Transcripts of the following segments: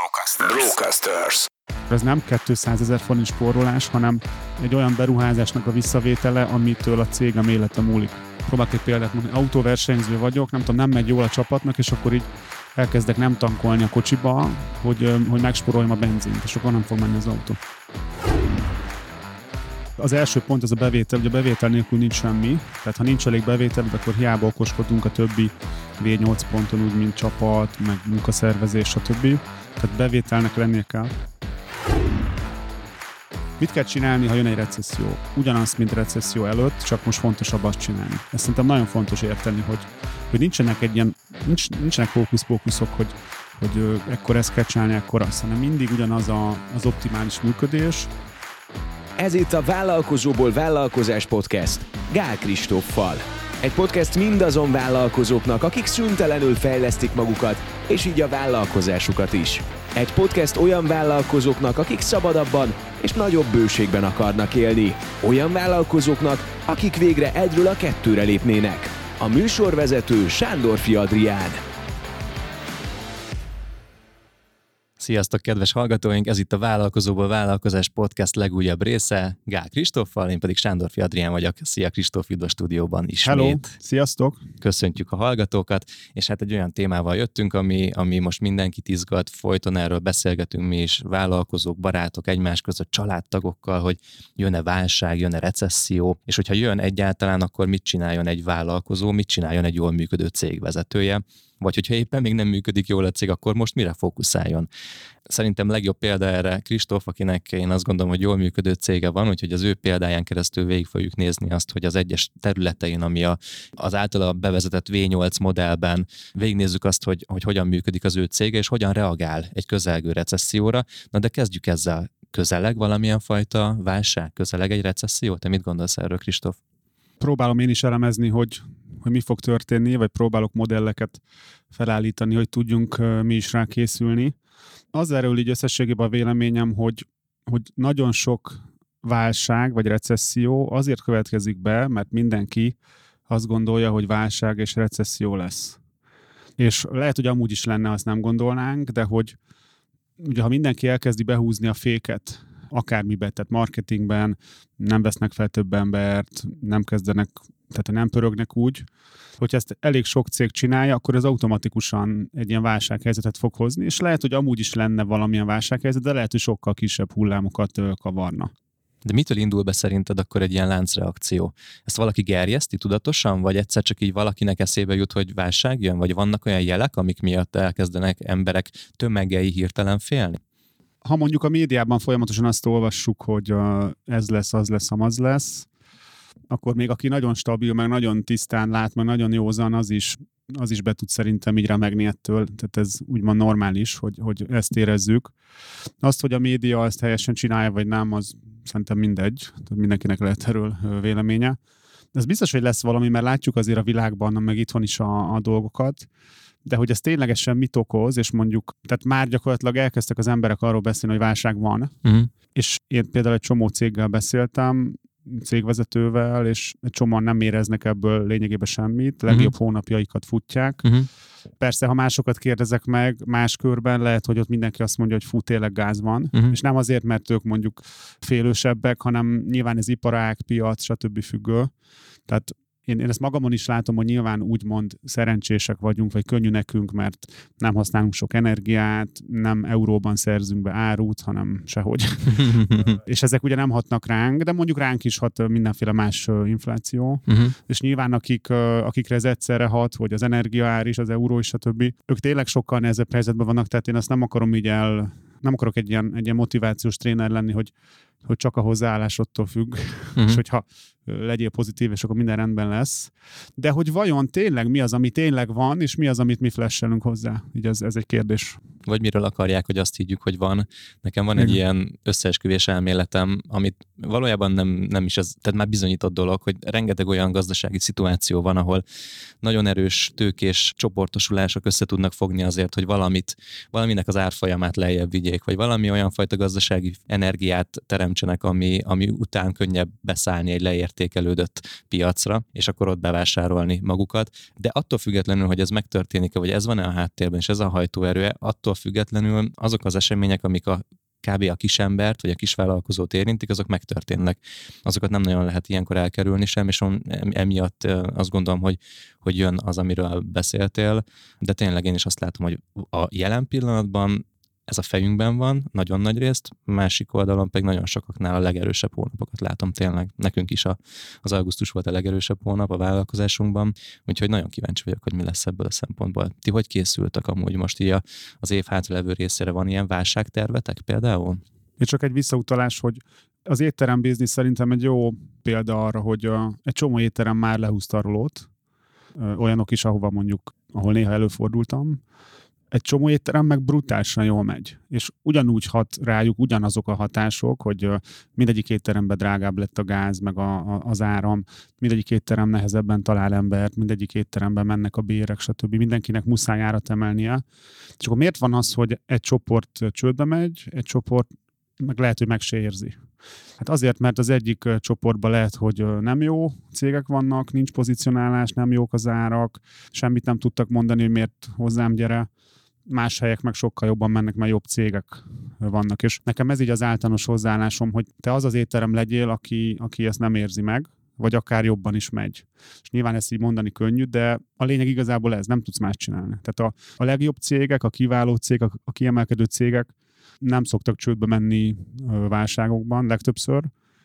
Brocasters. Ez nem 200 000 forint spórolás, hanem egy olyan beruházásnak a visszavétele, amitől a cégem élete múlik. Próbálok egy példát mondani, autóversenyző vagyok, nem tudom, nem megy jól a csapatnak, és akkor így elkezdek nem tankolni a kocsiba, hogy megspóroljam a benzint, és akkor nem fog menni az autó. Az első pont az a bevétel, hogy a bevétel nélkül nincs semmi, tehát ha nincs elég bevétel, akkor hiába okoskodunk a többi V8 ponton, úgy mint csapat, meg munkaszervezés, stb. Tehát bevételnek lennie kell. Mit kell csinálni, ha jön egy recesszió? Ugyanazt, mint recesszió előtt, csak most fontosabb azt csinálni. Ezt szerintem nagyon fontos érteni, hogy nincsenek fókusz-fókuszok, hogy ekkor ezt kell csinálni, ekkor azt, hanem mindig ugyanaz az optimális működés. Ez itt a Vállalkozóból Vállalkozás Podcast Gál Kristóffal. Egy podcast mindazon vállalkozóknak, akik szüntelenül fejlesztik magukat, és így a vállalkozásukat is. Egy podcast olyan vállalkozóknak, akik szabadabban és nagyobb bőségben akarnak élni. Olyan vállalkozóknak, akik végre egyről a kettőre lépnének. A műsorvezető Sándorfi Adrián. Sziasztok, kedves hallgatóink! Ez itt a Vállalkozóból Vállalkozás Podcast legújabb része, Gál Kristóffal, én pedig Sándorfi Adrián vagyok. Szia Kristóf, üdv a stúdióban ismét. Hello, sziasztok! Köszöntjük a hallgatókat, és hát egy olyan témával jöttünk, ami most mindenkit izgat, folyton erről beszélgetünk mi is, vállalkozók, barátok egymás között, családtagokkal, hogy jön-e válság, jön-e recesszió, és hogyha jön egyáltalán, akkor mit csináljon egy vállalkozó, mit csináljon egy jól működő cégvezetője, vagy hogyha éppen még nem működik jól a cég, akkor most mire fókuszáljon? Szerintem legjobb példa erre Kristóf, akinek én azt gondolom, hogy jól működő cége van, úgyhogy az ő példáján keresztül végig fogjuk nézni azt, hogy az egyes területein, ami az általa bevezetett V8 modellben végignézzük azt, hogy hogyan működik az ő cége, és hogyan reagál egy közelgő recesszióra. Na de kezdjük ezzel. Közeleg valamilyen fajta válság? Közeleg egy recesszió? Te mit gondolsz erről, Kristóf? Próbálom én is elemezni, hogy mi fog történni, vagy próbálok modelleket felállítani, hogy tudjunk mi is rá készülni. Az erről így összességében a véleményem, hogy nagyon sok válság vagy recesszió azért következik be, mert mindenki azt gondolja, hogy válság és recesszió lesz. És lehet, hogy amúgy is lenne, azt nem gondolnánk, de hogy ugye, ha mindenki elkezdi behúzni a féket, akármiben, tehát marketingben nem vesznek fel több embert, nem kezdenek, tehát nem pörögnek úgy, hogyha ezt elég sok cég csinálja, akkor ez automatikusan egy ilyen válsághelyzetet fog hozni, és lehet, hogy amúgy is lenne valamilyen válsághelyzet, de lehet, hogy sokkal kisebb hullámokat kavarna. De mitől indul be szerinted akkor egy ilyen láncreakció? Ezt valaki gerjeszti tudatosan, vagy egyszer csak így valakinek eszébe jut, hogy válság jön, vagy vannak olyan jelek, amik miatt elkezdenek emberek tömegei hirtelen félni? Ha mondjuk a médiában folyamatosan azt olvassuk, hogy ez lesz, az lesz, amaz lesz, akkor még aki nagyon stabil, meg nagyon tisztán lát, meg nagyon józan, az is be tud szerintem így remegni ettől. Tehát ez úgymond normális, hogy ezt érezzük. Azt, hogy a média ezt helyesen csinálja, vagy nem, az szerintem mindegy. Tehát mindenkinek lehet erről véleménye. Ez biztos, hogy lesz valami, mert látjuk azért a világban, meg itthon is a dolgokat, de hogy ez ténylegesen mit okoz, és mondjuk, tehát már gyakorlatilag elkezdtek az emberek arról beszélni, hogy válság van, és én például egy csomó céggel beszéltem, cégvezetővel, és egy csomóan nem éreznek ebből lényegében semmit, legjobb hónapjaikat futják. Persze, ha másokat kérdezek meg más körben, lehet, hogy ott mindenki azt mondja, hogy fú, tényleg gáz van, és nem azért, mert ők mondjuk félősebbek, hanem nyilván ez iparág, piac, stb. Függő. Tehát én ezt magamon is látom, hogy nyilván úgymond szerencsések vagyunk, vagy könnyű nekünk, mert nem használunk sok energiát, nem euróban szerzünk be árut, hanem sehogy. És ezek ugye nem hatnak ránk, de mondjuk ránk is hat mindenféle más infláció. És nyilván akikre ez egyszerre hat, hogy az energiaár is, az euró is, stb. Ők tényleg sokkal nehezebb helyzetben vannak, tehát én azt nem akarom így nem akarok egy ilyen motivációs tréner lenni, hogy csak a hozzáállásodtól függ, és hogyha legyél pozitív, és akkor minden rendben lesz. De hogy vajon tényleg mi az, ami tényleg van, és mi az, amit mi flashelünk hozzá? Így ez egy kérdés. Vagy miről akarják, hogy azt higgyük, hogy van. Nekem van egy ilyen összeesküvés elméletem, amit valójában nem is az, tehát már bizonyított dolog, hogy rengeteg olyan gazdasági szituáció van, ahol nagyon erős tőkés csoportosulások össze tudnak fogni azért, hogy valaminek az árfolyamát lejjebb vigyék, vagy valami olyan fajta gazdasági energiát terem teremtsenek, ami után könnyebb beszállni egy leértékelődött piacra, és akkor ott bevásárolni magukat. De attól függetlenül, hogy ez megtörténik-e, vagy ez van-e a háttérben, és ez a hajtóerő, attól függetlenül azok az események, amik kb. A kisembert, vagy a kisvállalkozót érintik, azok megtörténnek. Azokat nem nagyon lehet ilyenkor elkerülni sem, és emiatt azt gondolom, hogy jön az, amiről beszéltél, de tényleg én is azt látom, hogy a jelen pillanatban ez a fejünkben van, nagyon nagy részt, másik oldalon pedig nagyon sokaknál a legerősebb hónapokat látom tényleg. Nekünk is az augusztus volt a legerősebb hónap a vállalkozásunkban, úgyhogy nagyon kíváncsi vagyok, hogy mi lesz ebből a szempontból. Ti hogy készültek amúgy most így az év hátralevő részére? Van ilyen válságtervetek például? És csak egy visszautalás, hogy az étterem biznisz szerintem egy jó példa arra, hogy egy csomó étterem már lehúzta a rolót, olyanok is, ahol néha előfordultam. Egy csomó étterem meg brutálisan jól megy, és ugyanúgy hat rájuk ugyanazok a hatások, hogy mindegyik étteremben drágább lett a gáz, meg az áram, mindegyik étterem nehezebben talál embert, mindegyik étteremben mennek a bérek, stb. Mindenkinek muszáj árat emelnie. És akkor miért van az, hogy egy csoport csődbe megy, egy csoport meg lehet, hogy meg se érzi? Hát azért, mert az egyik csoportban lehet, hogy nem jó cégek vannak, nincs pozicionálás, nem jók az árak, semmit nem tudtak mondani, hogy miért hozzám gyere. Más helyek meg sokkal jobban mennek, mert jobb cégek vannak. És nekem ez így az általános hozzáállásom, hogy te az étterem legyél, aki ezt nem érzi meg, vagy akár jobban is megy. És nyilván ezt így mondani könnyű, de a lényeg igazából ez, nem tudsz más csinálni. Tehát a legjobb cégek, a kiváló cégek, a kiemelkedő cégek nem szoktak csődbe menni válságokban legtöbbször,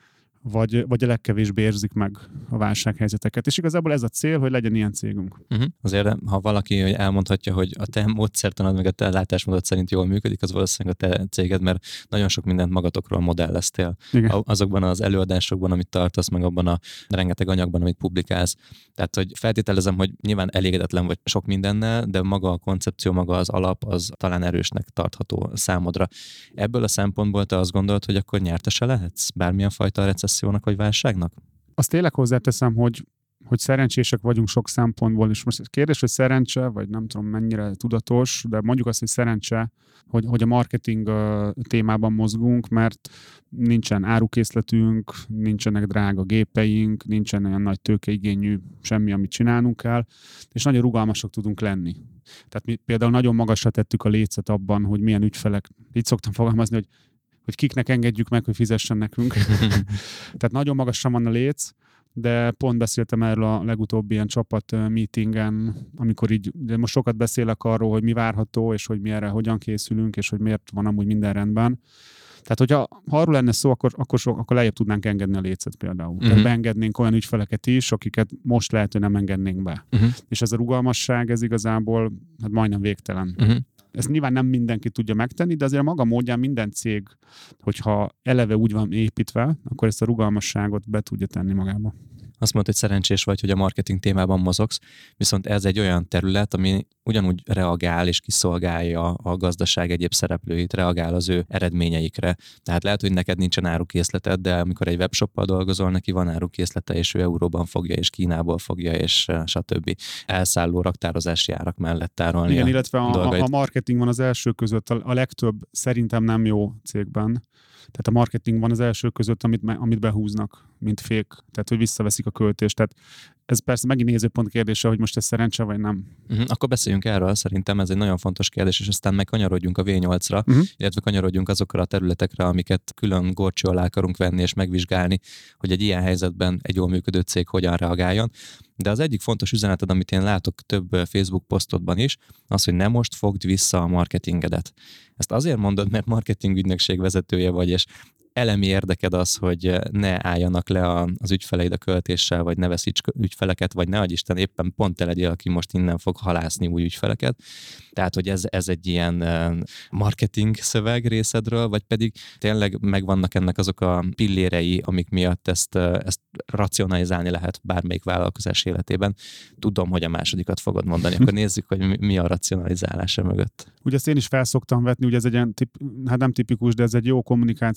vagy a legkevésbé érzik meg a válsághelyzeteket. És igazából ez a cél, hogy legyen ilyen cégünk. Azért, ha valaki elmondhatja, hogy a te módszertanod, meg a te látásmódod szerint jól működik, az valószínűleg a te céged, mert nagyon sok mindent magatokról modelleztél. Azokban az előadásokban, amit tartasz, meg abban a rengeteg anyagban, amit publikálsz. Tehát, hogy feltételezem, hogy nyilván elégedetlen vagy sok mindennel, de maga a koncepció, maga az alap, az talán erősnek tartható számodra. Ebből a szempontból te azt gondolod, hogy akkor nyertese lehetsz bármilyen fajta recessziónak vagy válságnak? Azt tényleg hozzáteszem, hogy szerencsések vagyunk sok szempontból, és most kérdés, hogy szerencse, vagy nem tudom mennyire tudatos, de mondjuk azt, hogy szerencse, hogy a marketing témában mozgunk, mert nincsen árukészletünk, nincsenek drága gépeink, nincsen olyan nagy tőkeigényű semmi, amit csinálnunk kell, és nagyon rugalmasak tudunk lenni. Tehát mi például nagyon magasra tettük a lécet abban, hogy milyen ügyfelek, így szoktam fogalmazni, hogy kiknek engedjük meg, hogy fizessen nekünk. Tehát nagyon magasan van a léc, de pont beszéltem erről a legutóbbi ilyen csapat meetingen, amikor de most sokat beszélek arról, hogy mi várható, és hogy mi erre hogyan készülünk, és hogy miért van amúgy minden rendben. Tehát, hogyha arról lenne szó, akkor lejjebb tudnánk engedni a lécet például. Tehát beengednénk olyan ügyfeleket is, akiket most lehet, hogy nem engednénk be. És ez a rugalmasság, ez igazából majdnem végtelen. Ezt nyilván nem mindenki tudja megtenni, de azért a maga módján minden cég, hogyha eleve úgy van építve, akkor ezt a rugalmasságot be tudja tenni magába. Azt mondod, hogy szerencsés vagy, hogy a marketing témában mozogsz, viszont ez egy olyan terület, ami ugyanúgy reagál és kiszolgálja a gazdaság egyéb szereplőit, reagál az ő eredményeikre. Tehát lehet, hogy neked nincsen árukészleted, de amikor egy webshoppal dolgozol, neki van árukészlete, és ő euróban fogja, és Kínából fogja, és stb. Elszálló raktározási árak mellett tárolni. Igen, illetve a marketing van az első között a legtöbb szerintem nem jó cégben. Tehát a marketing van az első között, amit behúznak, mint fék. Tehát, hogy visszaveszik a költést. Tehát ez persze megint nézőpont kérdése, hogy most ez szerencse, vagy nem. Akkor beszéljünk erről, szerintem ez egy nagyon fontos kérdés, és aztán meg kanyarodjunk a V8-ra, illetve kanyarodjunk azokra a területekre, amiket külön górcső alá akarunk venni és megvizsgálni, hogy egy ilyen helyzetben egy jól működő cég hogyan reagáljon. De az egyik fontos üzeneted, amit én látok több Facebook posztodban is, az, hogy nem most fogd vissza a marketingedet. Ezt azért mondod, mert marketing ügynökség vezetője vagy, és elemi érdeked az, hogy ne álljanak le az ügyfeleid a költéssel, vagy ne veszíts ügyfeleket, vagy ne adj Isten, éppen pont te legyél, aki most innen fog halászni új ügyfeleket. Tehát, hogy ez egy ilyen marketing szöveg részedről, vagy pedig tényleg megvannak ennek azok a pillérei, amik miatt ezt racionalizálni lehet bármelyik vállalkozás életében. Tudom, hogy a másodikat fogod mondani, akkor nézzük, hogy mi a racionalizálása mögött. Ugye ezt én is felszoktam vetni, ugye ez egy ilyen, hát nem tipikus, de ez egy jó kommunikációs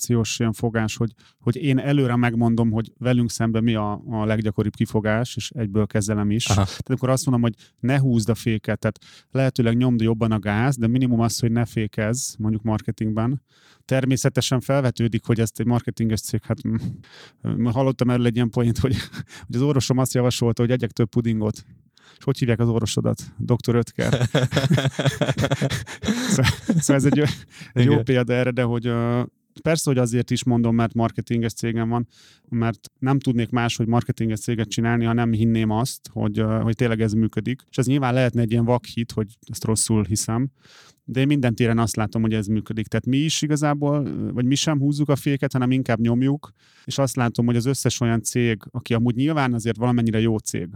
olyan fogás, hogy én előre megmondom, hogy velünk szemben mi a leggyakoribb kifogás, és egyből kezelem is. Aha. Tehát akkor azt mondom, hogy ne húzd a féket, tehát lehetőleg nyomd jobban a gáz, de minimum az, hogy ne fékezz, mondjuk marketingben. Természetesen felvetődik, hogy ezt egy marketinges cég, hát hallottam erről egy ilyen poént, hogy az orvosom azt javasolta, hogy egyek több pudingot. És hogy hívják az orvosodat? Dr. Ötker. Szóval ez egy jó példa erre, de hogy persze, hogy azért is mondom, mert marketinges cégem van, mert nem tudnék máshogy marketinges céget csinálni, ha nem hinném azt, hogy tényleg ez működik. És ez nyilván lehetne egy ilyen vakhit, hogy ezt rosszul hiszem, de én minden téren azt látom, hogy ez működik. Tehát mi is igazából, vagy mi sem húzzuk a féket, hanem inkább nyomjuk, és azt látom, hogy az összes olyan cég, aki amúgy nyilván azért valamennyire jó cég,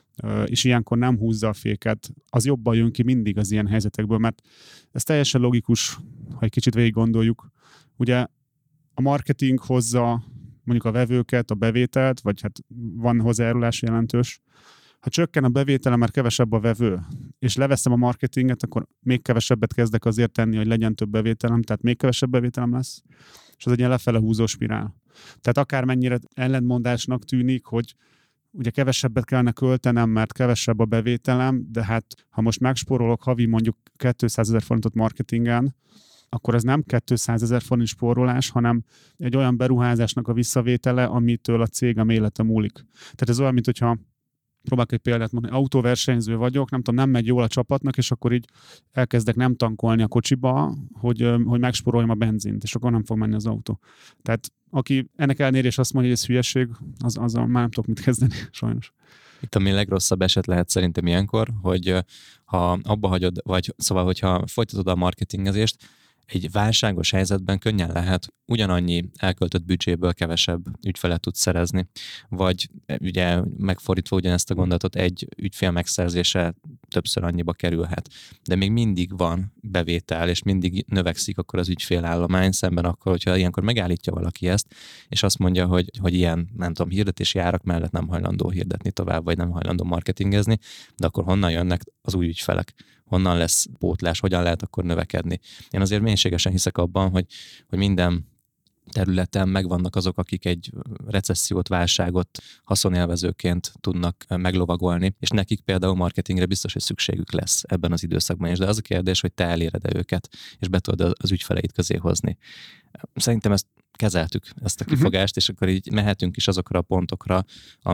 és ilyenkor nem húzza a féket, az jobban jön ki mindig az ilyen helyzetekből, mert ez teljesen logikus, ha egy kicsit végig gondoljuk. Ugye a marketing hozza mondjuk a vevőket, a bevételt, vagy hát van hozzájárulás jelentős. Ha csökken a bevétele, mert kevesebb a vevő, és leveszem a marketinget, akkor még kevesebbet kezdek azért tenni, hogy legyen több bevételem, tehát még kevesebb bevételem lesz, és az egy ilyen lefele húzó spirál. Tehát akármennyire ellentmondásnak tűnik, hogy ugye kevesebbet kellene költenem, mert kevesebb a bevételem, de hát ha most megspórolok havi mondjuk 200 000 forintot marketingen, akkor ez nem 200 000 forint spórolás, hanem egy olyan beruházásnak a visszavétele, amitől a cégem élete múlik. Tehát ez olyan, mint hogyha próbálok egy példát mondani, autóversenyző vagyok, nem tudom, nem megy jól a csapatnak, és akkor így elkezdek nem tankolni a kocsiba, hogy megspóroljam a benzint, és akkor nem fog menni az autó. Tehát aki ennek ellenére és azt mondja, hogy ez hülyeség, azzal már nem tudok mit kezdeni, sajnos. Itt ami legrosszabb eset lehet szerintem ilyenkor, hogy ha abba hagyod, vagy szóval, hogyha folytatod a marketingezést, egy válságos helyzetben könnyen lehet ugyanannyi elköltött büdzséből kevesebb ügyfelet tudsz szerezni, vagy ugye megfordítva ugyanezt a gondolatot, egy ügyfél megszerzése többször annyiba kerülhet. De még mindig van bevétel, és mindig növekszik akkor az ügyfélállomány szemben akkor, hogyha ilyenkor megállítja valaki ezt, és azt mondja, hogy ilyen, nem tudom, hirdetési árak mellett nem hajlandó hirdetni tovább, vagy nem hajlandó marketingezni, de akkor honnan jönnek az új ügyfelek? Honnan lesz pótlás, hogyan lehet akkor növekedni. Én azért mélységesen hiszek abban, hogy minden területen megvannak azok, akik egy recessziót, válságot haszonélvezőként tudnak meglovagolni, és nekik például marketingre biztos, hogy szükségük lesz ebben az időszakban is. De az a kérdés, hogy te eléred-e őket, és be tudod az ügyfeleid közé hozni. Szerintem ezt kezeltük, ezt a kifogást, és akkor így mehetünk is azokra a pontokra,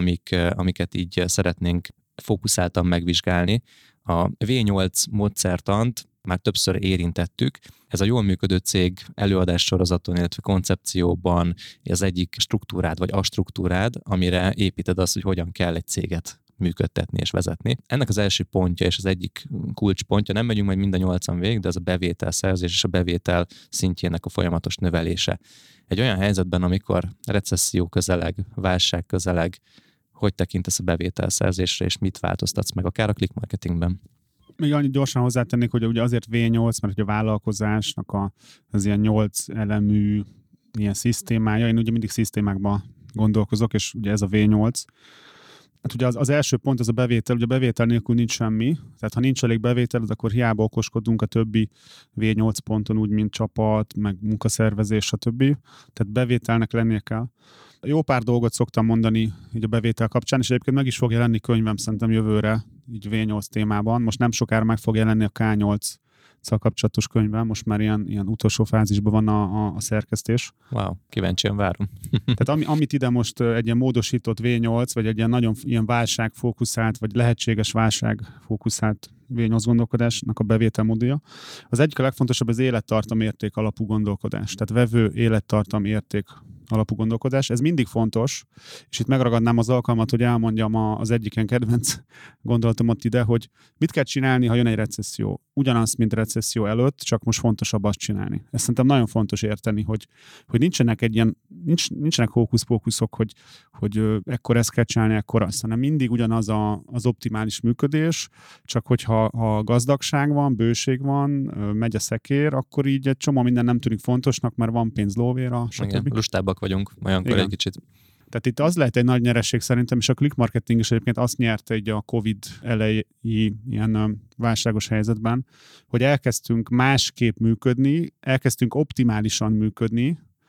amiket így szeretnénk fókuszáltan megvizsgálni. A V8 módszertant már többször érintettük. Ez a jól működő cég előadás sorozaton, illetve koncepcióban az egyik struktúrád, vagy a struktúrád, amire építed azt, hogy hogyan kell egy céget működtetni és vezetni. Ennek az első pontja és az egyik kulcspontja, nem megyünk majd mind a 8-an végig, de ez a bevételszerzés és a bevétel szintjének a folyamatos növelése. Egy olyan helyzetben, amikor recesszió közeleg, válság közeleg, hogy tekintesz a bevételszerzésre, és mit változtatsz meg akár a click marketingben? Még annyit gyorsan hozzátennék, hogy ugye azért V8, mert hogy a vállalkozásnak az ilyen 8 elemű ilyen szisztémája, én ugye mindig szisztémákban gondolkozok, és ugye ez a V8. Hát ugye az első pont az a bevétel, ugye a bevétel nélkül nincs semmi, tehát ha nincs elég bevétel, akkor hiába okoskodunk a többi V8 ponton, úgy, mint csapat, meg munkaszervezés, stb. Tehát bevételnek lennie kell. Jó pár dolgot szoktam mondani így a bevétel kapcsán, és egyébként meg is fog jelenni könyvem szerintem jövőre, így V8 témában. Most nem sokára meg fog jelenni a K8-szal kapcsolatos könyvem, most már ilyen utolsó fázisban van a szerkesztés. Wow, kíváncsian várom. Tehát amit ide most egy ilyen módosított V8, vagy egy ilyen nagyon ilyen válságfókuszált, vagy lehetséges válságfókuszált V8 gondolkodásnak a bevételmódja. Az egyik a legfontosabb az élettartam érték alapú gondolkodás. Tehát vevő élettartam érték alapú gondolkodás. Ez mindig fontos, és itt megragadnám az alkalmat, hogy elmondjam az egyik ilyen kedvenc gondolatomat ide, hogy mit kell csinálni, ha jön egy recesszió. Ugyanazt, mint recesszió előtt, csak most fontosabb azt csinálni. Ezt szerintem nagyon fontos érteni, hogy nincsenek nincsenek hókusz-pókuszok, hogy ekkor ezt kell csinálni, ekkor azt, hanem mindig ugyanaz az optimális működés, csak hogyha gazdagság van, bőség van, megy a szekér, akkor így egy csomó minden nem tűnik fontosnak, mert van pénz lóvéra, stb. Igen, lustábbak vagyunk, olyankor igen. Egy kicsit. Tehát itt az lehet egy nagy nyereség szerintem, és a click marketing is egyébként azt nyerte így a Covid elejé ilyen válságos helyzetben, hogy elkezdtünk másképp működni, elkezdtünk optimálisan működni,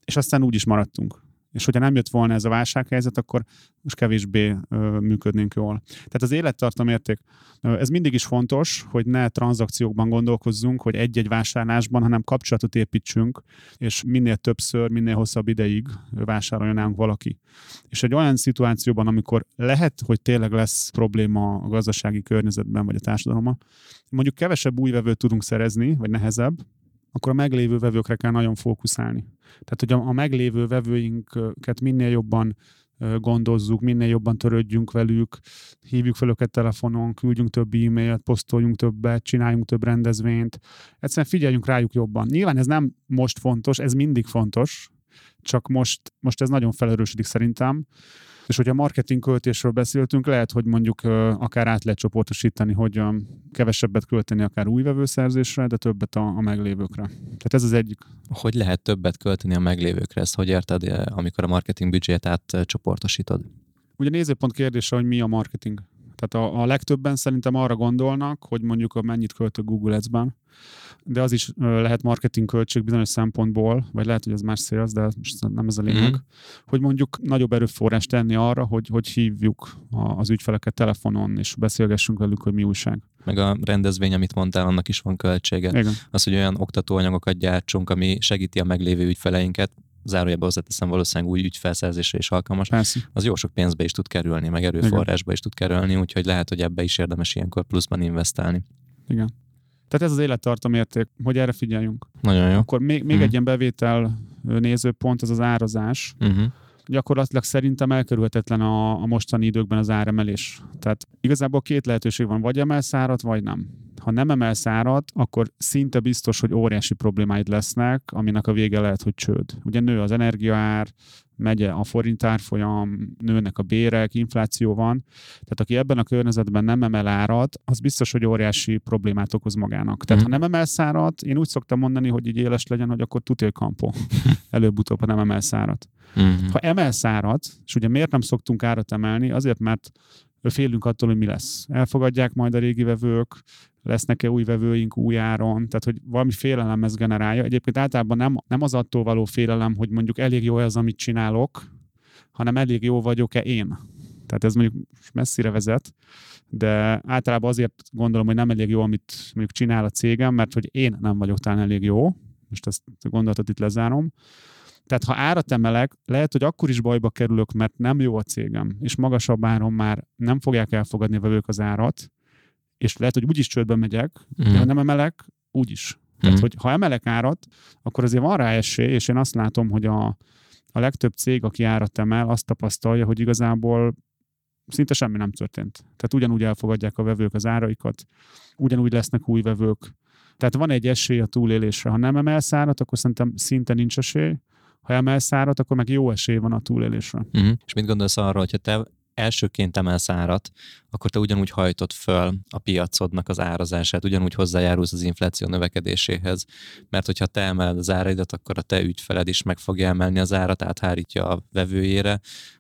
és aztán úgy is maradtunk. És hogyha nem jött volna ez a válsághelyzet, akkor most kevésbé működnénk jól. Tehát az élettartamérték, ez mindig is fontos, hogy ne tranzakciókban gondolkozzunk, hogy egy-egy vásárlásban, hanem kapcsolatot építsünk, és minél többször, minél hosszabb ideig vásároljon nálunk valaki. És egy olyan szituációban, amikor lehet, hogy tényleg lesz probléma a gazdasági környezetben, vagy a társadalomban, mondjuk kevesebb új vevőt tudunk szerezni, vagy nehezebb, akkor a meglévő vevőkre kell nagyon fókuszálni. Tehát, hogy a meglévő vevőinket minél jobban gondozzuk, minél jobban törődjünk velük, hívjuk fel őket telefonon, küldjünk több e-mailt, posztoljunk többet, csináljunk több rendezvényt. Egyszerűen figyeljünk rájuk jobban. Nyilván ez nem most fontos, ez mindig fontos, csak most ez nagyon felerősödik szerintem. És hogyha marketing költésről beszéltünk, lehet, hogy mondjuk akár át lehet csoportosítani, hogy kevesebbet költeni akár új vevőszerzésre, de többet a meglévőkre. Tehát ez az egyik. Hogy lehet többet költeni a meglévőkre? Ezt hogy érted, amikor a marketing büdzsét átcsoportosítod? Ugye nézőpont kérdése, hogy mi a marketing. Tehát a legtöbben szerintem arra gondolnak, hogy mondjuk mennyit költök Google Ads-ben, de az is lehet marketing költség bizonyos szempontból, vagy lehet, hogy ez más sales, de most nem ez a lényeg, hogy mondjuk nagyobb erőforrást tenni arra, hogy hívjuk az ügyfeleket telefonon, és beszélgessünk velük, hogy mi újság. Meg a rendezvény, amit mondtál, annak is van költsége. Igen. Az, hogy olyan oktatóanyagokat gyártsunk, ami segíti a meglévő ügyfeleinket, zárójelbe hozzáteszem, valószínűleg új ügyfelszerzésre is alkalmas, Persze. az jó sok pénzbe is tud kerülni, meg erőforrásba is tud kerülni, úgyhogy lehet, hogy ebbe is érdemes ilyenkor pluszban investálni. Igen. Tehát ez az élettartamérték, hogy erre figyeljünk. Nagyon jó. Akkor még egy ilyen bevétel nézőpont, az az árazás. Gyakorlatilag szerintem elkerülhetetlen a mostani időkben az áremelés. Tehát igazából két lehetőség van, vagy emelsz árat, vagy nem. Ha nem emelsz árat, akkor szinte biztos, hogy óriási problémáid lesznek, aminek a vége lehet, hogy csőd. Ugye nő az energiaár, megy a forint árfolyam, nőnek a bérek, infláció van. Tehát aki ebben a környezetben nem emel árat, az biztos, hogy óriási problémát okoz magának. Tehát ha nem emelsz árat, én úgy szoktam mondani, hogy így éles legyen, hogy akkor tutél kampó. Előbb-utóbb, ha nem emelsz árat. Ha emelsz árat, és ugye miért nem szoktunk árat emelni? Azért, mert félünk attól, hogy mi lesz. Elfogadják majd a régi vevők, lesznek-e új vevőink új áron, tehát hogy valami félelem ez generálja. Egyébként általában nem az attól való félelem, hogy mondjuk elég jó az, amit csinálok, hanem elég jó vagyok-e én. Tehát ez mondjuk messzire vezet, de általában azért gondolom, hogy nem elég jó, amit mondjuk csinál a cégem, mert hogy én nem vagyok talán elég jó. Most ezt a gondolatot itt lezárom. Tehát ha árat emelek, lehet, hogy akkor is bajba kerülök, mert nem jó a cégem, és magasabb áron már nem fogják elfogadni a vevők az árat, és lehet, hogy úgyis csődbe megyek, de ha nem emelek, úgyis. Tehát, hogy ha emelek árat, akkor azért van rá esély, és én azt látom, hogy a legtöbb cég, aki árat emel, azt tapasztalja, hogy igazából szinte semmi nem történt. Tehát ugyanúgy elfogadják a vevők az áraikat, ugyanúgy lesznek új vevők. Tehát van egy esély a túlélésre. Ha nem emelsz árat, akkor szerintem szinte nincs esély. Ha emelsz árat, akkor meg jó esély van a túlélésre. És mit gondolsz arról, hogyha te elsőként emelsz árat, akkor te ugyanúgy hajtod föl a piacodnak az árazását, ugyanúgy hozzájárulsz az infláció növekedéséhez, mert hogyha te emeled az áraidat, akkor a te ügyfeled is meg fogja emelni az árat, áthárítja a vevőjére,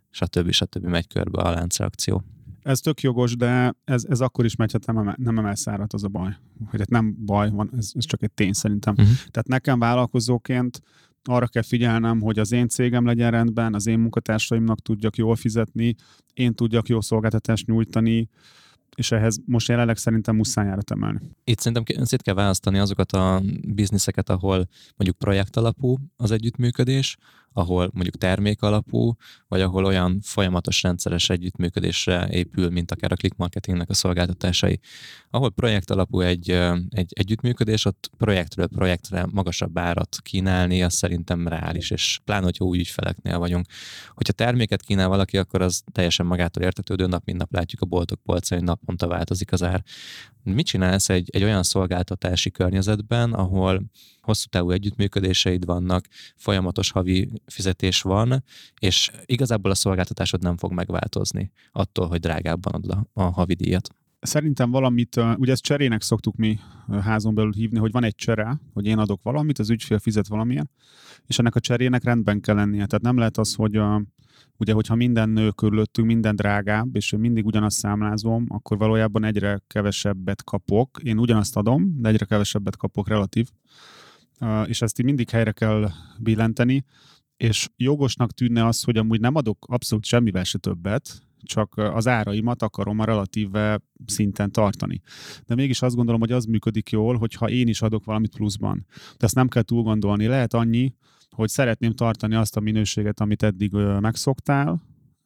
stb. Megy körbe a láncreakció. Ez tök jogos, de ez akkor is megy, ha nem emelsz árat, az a baj. Hogy hát nem baj van, ez csak egy tény szerintem. Tehát nekem vállalkozóként arra kell figyelnem, hogy az én cégem legyen rendben, az én munkatársaimnak tudjak jól fizetni, én tudjak jó szolgáltatást nyújtani, és ehhez most jelenleg szerintem muszáj árat emelni. Itt szerintem szét kell választani azokat a bizniszeket, ahol mondjuk projekt alapú az együttműködés, ahol mondjuk termék alapú, vagy ahol olyan folyamatos rendszeres együttműködésre épül, mint akár a click marketingnek a szolgáltatásai. Ahol projekt alapú egy együttműködés, ott projektről projektre magasabb árat kínálni, az szerintem reális, és pláne, hogyha új ügyfeleknél vagyunk. Hogyha terméket kínál valaki, akkor az teljesen magától értetődő, nap mint nap látjuk a boltok polcain, naponta változik az ár. Mit csinálsz egy olyan szolgáltatási környezetben, ahol hosszú távú együttműködéseid vannak, folyamatos havi fizetés van, és igazából a szolgáltatásod nem fog megváltozni attól, hogy drágábban adod a havidíjat? Szerintem valamit, ugye ezt cserének szoktuk mi házon belül hívni, hogy van egy csere, hogy én adok valamit, az ügyfél fizet valamilyen, és ennek a cserének rendben kell lennie. Tehát nem lehet az, hogy ugye, hogyha minden nő körülöttünk, minden drágább, és én mindig ugyanazt számlázom, akkor valójában egyre kevesebbet kapok. Én ugyanazt adom, de egyre kevesebbet kapok relatív. És ezt így mindig helyre kell billenteni. és jogosnak tűnne az, hogy amúgy nem adok abszolút semmivel se többet, csak az áraimat akarom a relatíve szinten tartani. De mégis azt gondolom, hogy az működik jól, hogyha én is adok valamit pluszban. De ezt nem kell túl gondolni. Lehet annyi, hogy szeretném tartani azt a minőséget, amit eddig megszoktál,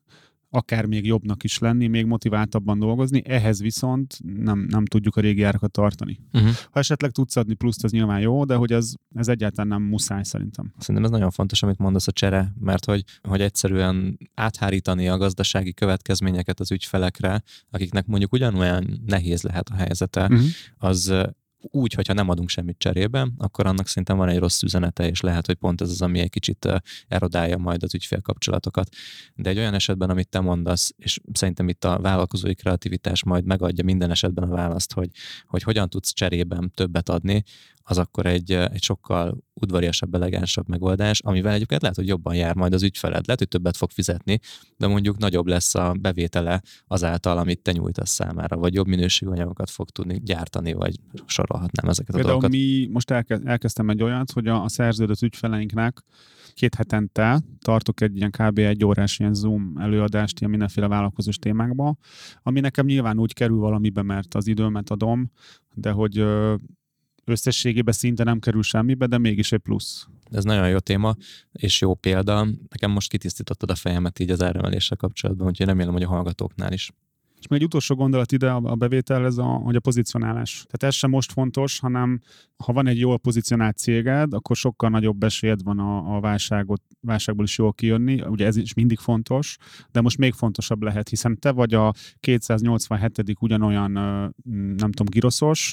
akár még jobbnak is lenni, még motiváltabban dolgozni, ehhez viszont nem tudjuk a régi árakat tartani. Ha esetleg tudsz adni pluszt, az nyilván jó, de hogy ez egyáltalán nem muszáj szerintem. Szerintem ez nagyon fontos, amit mondasz, a csere, mert hogy egyszerűen áthárítani a gazdasági következményeket az ügyfelekre, akiknek mondjuk ugyanolyan nehéz lehet a helyzete, az úgy, hogyha nem adunk semmit cserébe, akkor annak szerintem van egy rossz üzenete, és lehet, hogy pont ez az, ami egy kicsit erodálja majd az ügyfélkapcsolatokat. De egy olyan esetben, amit te mondasz, és szerintem itt a vállalkozói kreativitás majd megadja minden esetben a választ, hogy hogyan tudsz cserében többet adni, az akkor egy sokkal udvariasabb, elegánsabb megoldás, amivel egyébként lehet, hogy jobban jár majd az ügyfeled, lehet, hogy többet fog fizetni, de mondjuk nagyobb lesz a bevétele azáltal, amit te nyújtasz számára, vagy jobb minőségű anyagokat fog tudni gyártani, vagy sorolhatnám ezeket a dolgokat. Mi most elkezdtem egy olyat, hogy a szerződött ügyfeleinknek 2 hetente tartok egy ilyen kb. 1 órás ilyen Zoom előadást ilyen mindenféle vállalkozós témákba, ami nekem nyilván úgy kerül valamibe, mert az időmet adom, de hogy összességében szinte nem kerül semmibe, de mégis egy plusz. Ez nagyon jó téma, és jó példa. Nekem most kitisztítottad a fejemet így az áremeléssel kapcsolatban, úgyhogy remélem, hogy a hallgatóknál is. És még egy utolsó gondolat ide a bevételhez, hogy a pozicionálás. Tehát ez sem most fontos, hanem ha van egy jól pozicionált céged, akkor sokkal nagyobb esélyed van a válságból is jól kijönni. Ugye ez is mindig fontos, de most még fontosabb lehet, hiszen te vagy a 287. ugyanolyan, nem tudom, giroszos,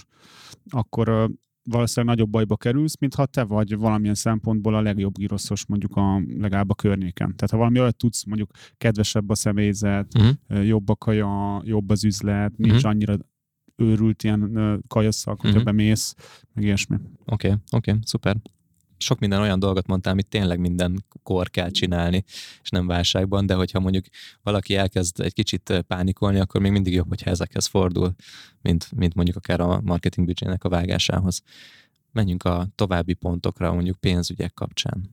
akkor valószínűleg nagyobb bajba kerülsz, mintha te vagy valamilyen szempontból a legjobb giroszos mondjuk legalább a környéken. Tehát ha valami olyat tudsz, mondjuk kedvesebb a személyzet, jobb a kaja, jobb az üzlet, nincs annyira őrült ilyen kajasszak, hogyha bemész, meg ilyesmi. Oké, szuper. Sok minden olyan dolgot mondtál, amit tényleg mindenkor kell csinálni, és nem válságban, de hogyha mondjuk valaki elkezd egy kicsit pánikolni, akkor még mindig jobb, hogyha ezekhez fordul, mint mondjuk akár a marketing büdzsének a vágásához. Menjünk a további pontokra, mondjuk pénzügyek kapcsán.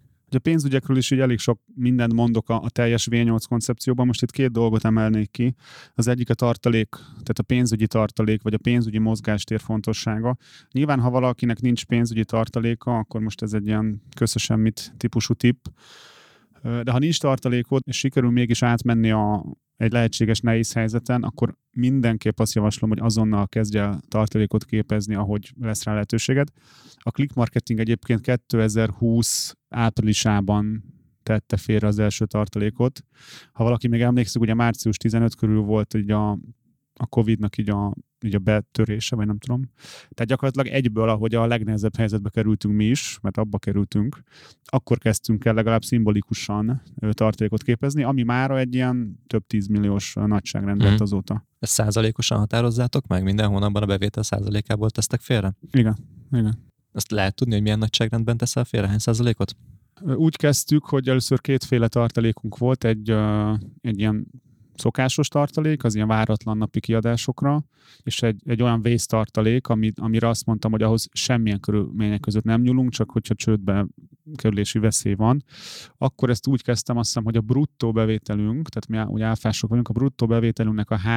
A pénzügyekről is így elég sok mindent mondok a teljes V8 koncepcióban. Most itt 2 dolgot emelnék ki. Az egyik a tartalék, tehát a pénzügyi tartalék, vagy a pénzügyi mozgástér fontossága. Nyilván, ha valakinek nincs pénzügyi tartaléka, akkor most ez egy ilyen köszösemmit típusú tipp. De ha nincs tartalékod, és sikerül mégis átmenni egy lehetséges nehéz helyzeten, akkor mindenképp azt javaslom, hogy azonnal kezdj el tartalékot képezni, ahogy lesz rá lehetőséged. A click marketing egyébként 2020 áprilisában tette félre az első tartalékot. Ha valaki még emlékszik, ugye március 15 körül volt így a Covid-nak így a betörése, vagy nem tudom. Tehát gyakorlatilag egyből, ahogy a legnehezebb helyzetbe kerültünk mi is, mert abba kerültünk, akkor kezdtünk el legalább szimbolikusan tartalékot képezni, ami mára egy ilyen több 10 milliós nagyságrend lett azóta. Ezt százalékosan határozzátok meg? Minden hónapban a bevétel százalékából tesztek félre? Igen. Ezt lehet tudni, hogy milyen nagyságrendben teszel félre? Hány százalékot? Úgy kezdtük, hogy először 2 tartalékunk volt, egy ilyen szokásos tartalék, az ilyen váratlan napi kiadásokra, és egy olyan vésztartalék, amire azt mondtam, hogy ahhoz semmilyen körülmények között nem nyúlunk, csak hogyha csődbe kerülési veszély van. Akkor ezt úgy kezdtem, azt hiszem, hogy a bruttó bevételünk, tehát mi ugye áfások vagyunk, a bruttó bevételünknek a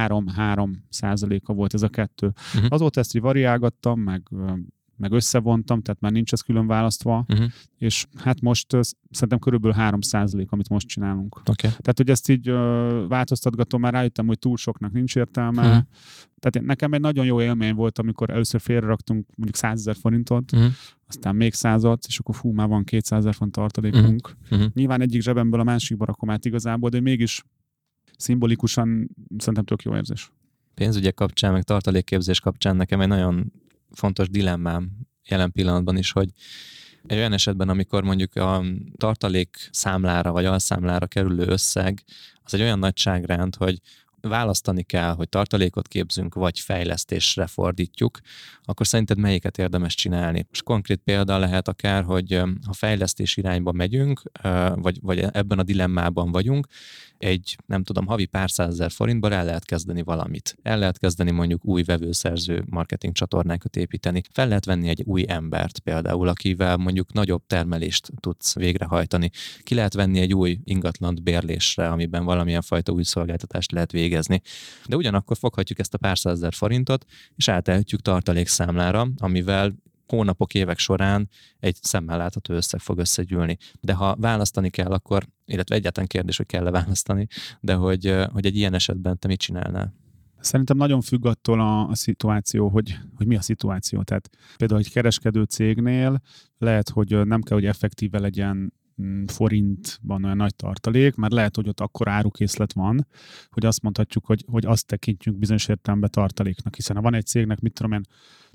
3% volt ez a 2. Azóta ezt így variálgattam, meg összevontam, tehát már nincs ez külön választva, és hát most szerintem körülbelül 3%, amit most csinálunk. Okay. Tehát, hogy ezt így változtatgatom, már rájöttem, hogy túl soknak nincs értelme. Tehát nekem egy nagyon jó élmény volt, amikor először félreraktunk mondjuk 100 000 forintot, aztán még 100-at, és akkor már van 200 000 forint tartalékunk. Nyilván egyik zsebemből a másikba rakom át igazából, de mégis szimbolikusan szerintem tök jó érzés. Pénzügyek kapcsán, meg tartalékképzés kapcsán nekem egy nagyon fontos dilemmám jelen pillanatban is, hogy egy olyan esetben, amikor mondjuk a tartalék számlára vagy alszámlára kerülő összeg, az egy olyan nagyságrend, hogy választani kell, hogy tartalékot képzünk, vagy fejlesztésre fordítjuk, akkor szerinted melyiket érdemes csinálni? És konkrét példa lehet akár, hogy ha fejlesztés irányba megyünk, vagy ebben a dilemmában vagyunk, egy, nem tudom, havi pár százezer forintból el lehet kezdeni valamit. El lehet kezdeni mondjuk új vevőszerző marketing csatornákat építeni. Fel lehet venni egy új embert például, akivel mondjuk nagyobb termelést tudsz végrehajtani. Ki lehet venni egy új ingatlant bérlésre, amiben valamilyen fajta új szolgáltatást lehet végezni. De ugyanakkor foghatjuk ezt a pár százezer forintot, és átehetjük tartalékszámlára, amivel hónapok, évek során egy szemmel látható összeg fog összegyűlni. De ha választani kell, akkor, illetve egyáltalán kérdés, hogy kell-e választani, de hogy egy ilyen esetben te mit csinálnál? Szerintem nagyon függ attól a szituáció, hogy mi a szituáció. Tehát például egy kereskedő cégnél lehet, hogy nem kell, hogy effektíve legyen forintban olyan nagy tartalék, mert lehet, hogy ott akkor árukészlet van, hogy azt mondhatjuk, hogy azt tekintjük bizonyos értelemben tartaléknak, hiszen ha van egy cégnek, mit tudom én,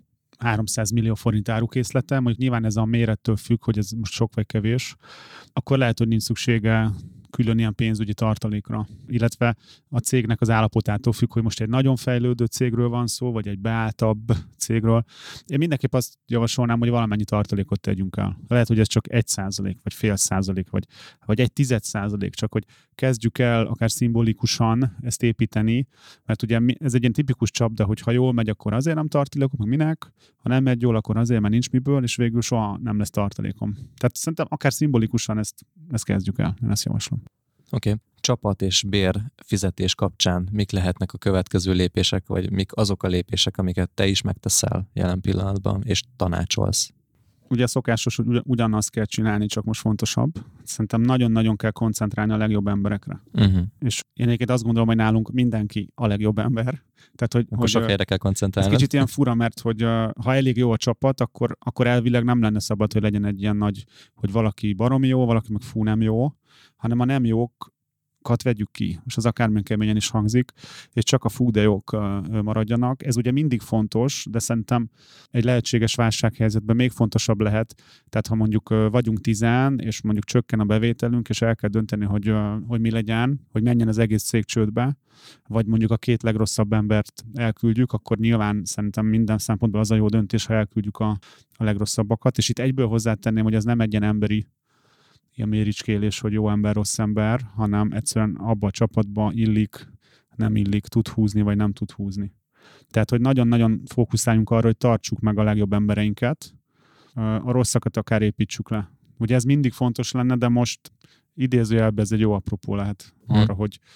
300 millió forint árukészlete, mondjuk nyilván ez a mérettől függ, hogy ez most sok vagy kevés, akkor lehet, hogy nincs szüksége külön ilyen pénzügyi tartalékra. Illetve a cégnek az állapotától függ, hogy most egy nagyon fejlődő cégről van szó, vagy egy beálltabb cégről. Én mindenképp azt javasolnám, hogy valamennyi tartalékot tegyünk el. Lehet, hogy ez csak 1%, vagy fél százalék, vagy 1/10%, csak hogy kezdjük el akár szimbolikusan ezt építeni, mert ugye ez egy ilyen tipikus csapda, hogy ha jól megy, akkor azért nem tartalékom, meg minek, ha nem megy jól, akkor azért, mert nincs miből, és végül soha nem lesz tartalékom. Tehát szerintem akár szimbolikusan ezt kezdjük el, én ezt javaslom. Oké. Csapat és bér fizetés kapcsán mik lehetnek a következő lépések, vagy mik azok a lépések, amiket te is megteszel jelen pillanatban, és tanácsolsz? Ugye szokásos, hogy ugyanazt kell csinálni, csak most fontosabb. Szerintem nagyon-nagyon kell koncentrálni a legjobb emberekre. És én egyébként azt gondolom, hogy nálunk mindenki a legjobb ember. Tehát, hogy sok helyre kell koncentrálni. Ez kicsit ilyen fura, mert hogy ha elég jó a csapat, akkor elvileg nem lenne szabad, hogy legyen egy ilyen nagy, hogy valaki baromi jó, valaki meg fú nem jó, hanem a nem jók vegyük ki, és az akármilyen keményen is hangzik, és csak a fú de jók maradjanak. Ez ugye mindig fontos, de szerintem egy lehetséges válsághelyzetben még fontosabb lehet, tehát ha mondjuk vagyunk 10, és mondjuk csökken a bevételünk, és el kell dönteni, hogy mi legyen, hogy menjen az egész cég csődbe, vagy mondjuk a 2 legrosszabb embert elküldjük, akkor nyilván szerintem minden szempontból az a jó döntés, ha elküldjük a legrosszabbakat, és itt egyből hozzátenném, hogy az nem egy ilyen emberi ilyen méricskélés, hogy jó ember, rossz ember, hanem egyszerűen abba a csapatba illik, nem illik, tud húzni, vagy nem tud húzni. Tehát, hogy nagyon-nagyon fókuszáljunk arra, hogy tartsuk meg a legjobb embereinket, a rosszakat akár építsük le. Ugye ez mindig fontos lenne, de most idézőjelben ez egy jó apropó lehet arra,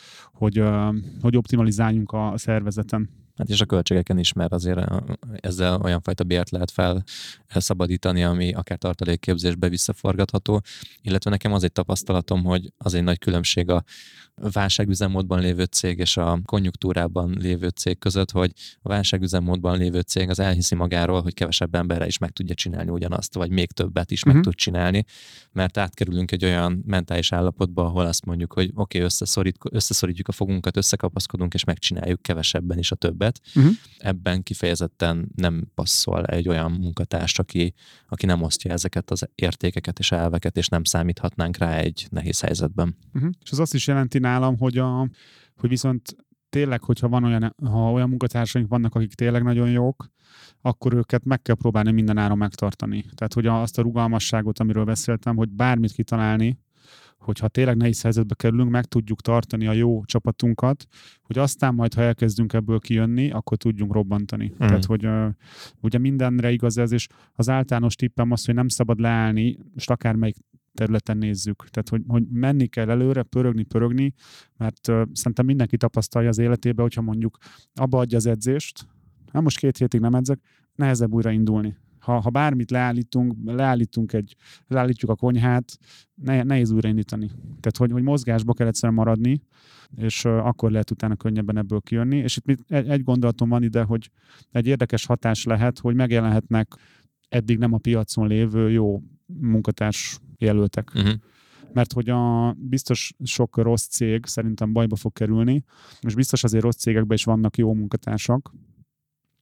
hogy optimalizáljunk a szervezeten. Hát és a költségeken is, mert azért ezzel olyan fajta bért lehet felszabadítani, ami akár tartalékképzésbe visszaforgatható, illetve nekem az egy tapasztalatom, hogy az egy nagy különbség a válságüzemmódban lévő cég és a konjunktúrában lévő cég között, hogy a válságüzemmódban lévő cég az elhiszi magáról, hogy kevesebb emberre is meg tudja csinálni ugyanazt, vagy még többet is meg tud csinálni, mert átkerülünk egy olyan mentális állapotba, ahol azt mondjuk, hogy oké, összeszorítjuk a fogunkat, összekapaszkodunk, és megcsináljuk kevesebben is a többet. Ebben kifejezetten nem passzol egy olyan munkatárs, aki nem osztja ezeket az értékeket és elveket, és nem számíthatnánk rá egy nehéz helyzetben. És az azt is jelenti nálam, hogy viszont tényleg, hogyha ha olyan munkatársaink vannak, akik tényleg nagyon jók, akkor őket meg kell próbálni minden áron megtartani. Tehát, hogy azt a rugalmasságot, amiről beszéltem, hogy bármit kitalálni, hogyha tényleg nehéz helyzetbe kerülünk, meg tudjuk tartani a jó csapatunkat, hogy aztán majd, ha elkezdünk ebből kijönni, akkor tudjunk robbantani. Tehát, hogy ugye mindenre igaz ez, és az általános tippem az, hogy nem szabad leállni, most akármelyik területen nézzük. Tehát, hogy menni kell előre, pörögni, mert szerintem mindenki tapasztalja az életében, hogyha mondjuk abba adja az edzést, most 2 hétig nem edzek, nehezebb újra indulni. Ha bármit leállítjuk a konyhát, nehéz újraindítani. Tehát, hogy mozgásba kell egyszerűen maradni, és akkor lehet utána könnyebben ebből kijönni. És itt egy gondolatom van ide, hogy egy érdekes hatás lehet, hogy megjelenhetnek eddig nem a piacon lévő jó munkatárs jelöltek. Mert hogy biztos sok rossz cég szerintem bajba fog kerülni, és biztos azért rossz cégekben is vannak jó munkatársak,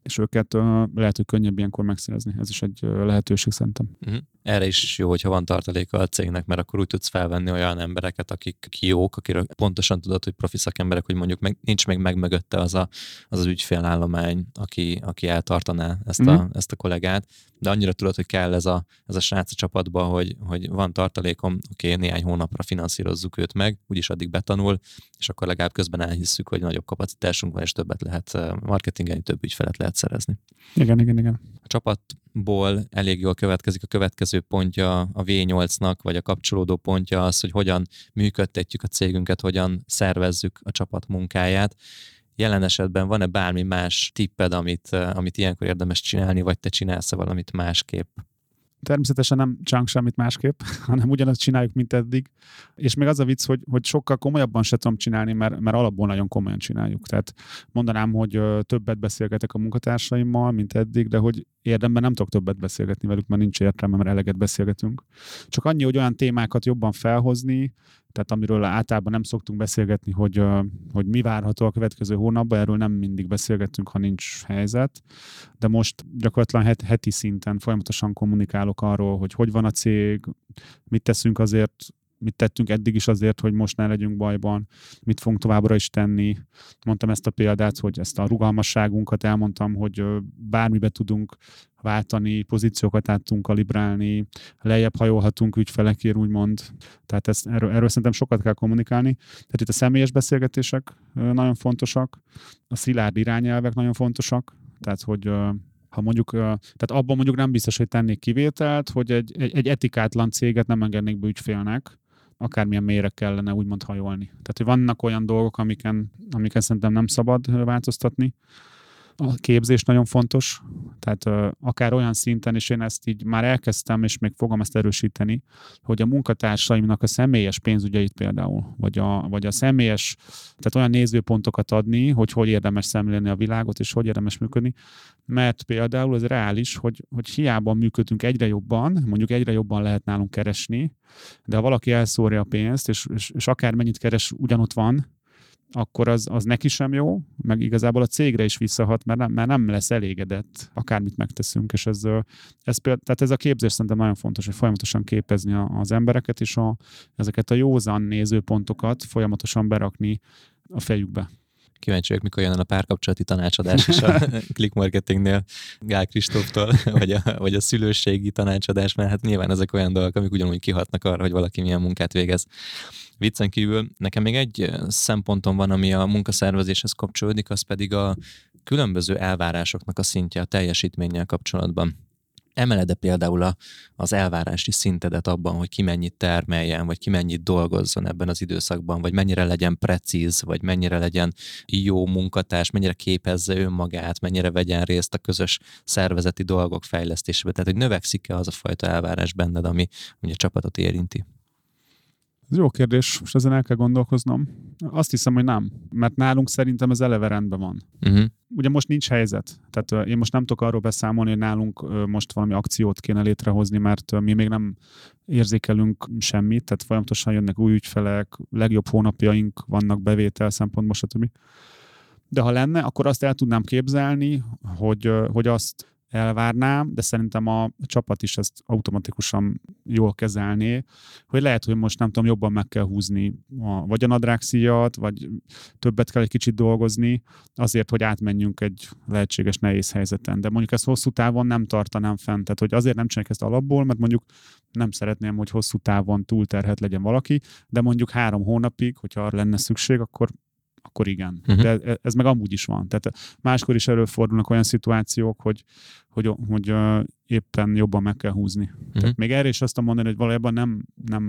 és őket lehet, hogy könnyebb ilyenkor megszerezni. Ez is egy lehetőség szerintem. Erre is jó, hogyha van tartaléka a cégnek, mert akkor úgy tudsz felvenni olyan embereket, akik jók, akiről pontosan tudod, hogy profi szakemberek, hogy mondjuk nincs még mögötte az ügyfélállomány, aki eltartaná ezt a kollégát, de annyira tudod, hogy kell ez a srác a csapatba, hogy van tartalékom, oké, néhány hónapra finanszírozzuk őt meg, úgyis addig betanul, és akkor legalább közben elhisszük, hogy nagyobb kapacitásunk van, és többet lehet marketingelni, több ügyfelet lehet szerezni. Igen. A csapatból elég jól következik a következő pontja a V8-nak, vagy a kapcsolódó pontja az, hogy hogyan működtetjük a cégünket, hogyan szervezzük a csapat munkáját. Jelen esetben van-e bármi más tipped, amit ilyenkor érdemes csinálni, vagy te csinálsz valamit másképp? Természetesen nem csinálunk semmit másképp, hanem ugyanazt csináljuk, mint eddig. És még az a vicc, hogy sokkal komolyabban se tudom csinálni, mert alapból nagyon komolyan csináljuk. Tehát mondanám, hogy többet beszélgetek a munkatársaimmal, mint eddig, de hogy érdemben nem tudok többet beszélgetni velük, mert nincs értelme, mert eleget beszélgetünk. Csak annyi, hogy olyan témákat jobban felhozni, tehát amiről általában nem szoktunk beszélgetni, hogy mi várható a következő hónapban, erről nem mindig beszélgetünk, ha nincs helyzet, de most gyakorlatilag heti szinten folyamatosan kommunikálok arról, hogy van a cég, mit teszünk azért, mit tettünk eddig is azért, hogy most ne legyünk bajban, mit fogunk továbbra is tenni. Mondtam ezt a példát, hogy ezt a rugalmasságunkat elmondtam, hogy bármibe tudunk váltani, pozíciókat át tudunk kalibrálni, lejjebb hajolhatunk ügyfelekért, úgymond. Tehát erről szerintem sokat kell kommunikálni. Tehát itt a személyes beszélgetések nagyon fontosak, a szilárd irányelvek nagyon fontosak, tehát hogy ha mondjuk, tehát abban mondjuk nem biztos, hogy tennék kivételt, hogy egy etikátlan céget nem engednék be ügyfélnek, akármilyen mélyre kellene úgymond hajolni. Tehát, hogy vannak olyan dolgok, amiken szerintem nem szabad változtatni. A képzés nagyon fontos, tehát akár olyan szinten, és én ezt így már elkezdtem, és még fogom ezt erősíteni, hogy a munkatársaimnak a személyes pénzügyeit például, vagy a személyes, tehát olyan nézőpontokat adni, hogy érdemes szemlélni a világot, és hogy érdemes működni, mert például ez reális, hogy hiába működünk egyre jobban, mondjuk egyre jobban lehet nálunk keresni, de ha valaki elszórja a pénzt, és akármennyit keres, ugyanott van, akkor az neki sem jó, meg igazából a cégre is visszahat, mert nem lesz elégedett, akármit megteszünk, és tehát ez a képzés szerintem nagyon fontos, hogy folyamatosan képezni az embereket, és ezeket a józan nézőpontokat folyamatosan berakni a fejükbe. Kíváncsi vagyok, mikor jön el a párkapcsolati tanácsadás is a Click Marketingnél Gál Kristóftól, vagy a szülőségi tanácsadás, mert hát nyilván ezek olyan dolgok, amik ugyanúgy kihatnak arra, hogy valaki milyen munkát végez. Viccen kívül nekem még egy szempontom van, ami a munkaszervezéshez kapcsolódik, az pedig a különböző elvárásoknak a szintje a teljesítménnyel kapcsolatban. Emeled-e például az elvárási szintedet abban, hogy ki mennyit termeljen, vagy ki mennyit dolgozzon ebben az időszakban, vagy mennyire legyen precíz, vagy mennyire legyen jó munkatárs, mennyire képezze önmagát, mennyire vegyen részt a közös szervezeti dolgok fejlesztésében. Tehát, hogy növekszik-e az a fajta elvárás benned, ami ugye a csapatot érinti? Ez jó kérdés, most ezen el kell gondolkoznom. Azt hiszem, hogy nem, mert nálunk szerintem ez eleve rendben van. Ugye most nincs helyzet, tehát én most nem tudok arról beszámolni, hogy nálunk most valami akciót kéne létrehozni, mert mi még nem érzékelünk semmit, tehát folyamatosan jönnek új ügyfelek, legjobb hónapjaink vannak bevétel szempontból, stb. De ha lenne, akkor azt el tudnám képzelni, hogy azt elvárnám, de szerintem a csapat is ezt automatikusan jól kezelné, hogy lehet, hogy most nem tudom, jobban meg kell húzni vagy a nadrágszíjat, vagy többet kell egy kicsit dolgozni, azért, hogy átmenjünk egy lehetséges nehéz helyzeten. De mondjuk ezt hosszú távon nem tartanám fent. Tehát, hogy azért nem csináljuk ezt alapból, mert mondjuk nem szeretném, hogy hosszú távon túlterhet legyen valaki, de mondjuk 3 hónapig, hogyha arra lenne szükség, akkor igen. De ez meg amúgy is van. Tehát máskor is előfordulnak olyan szituációk, hogy éppen jobban meg kell húzni. Tehát még erre is azt tudom mondani, hogy valójában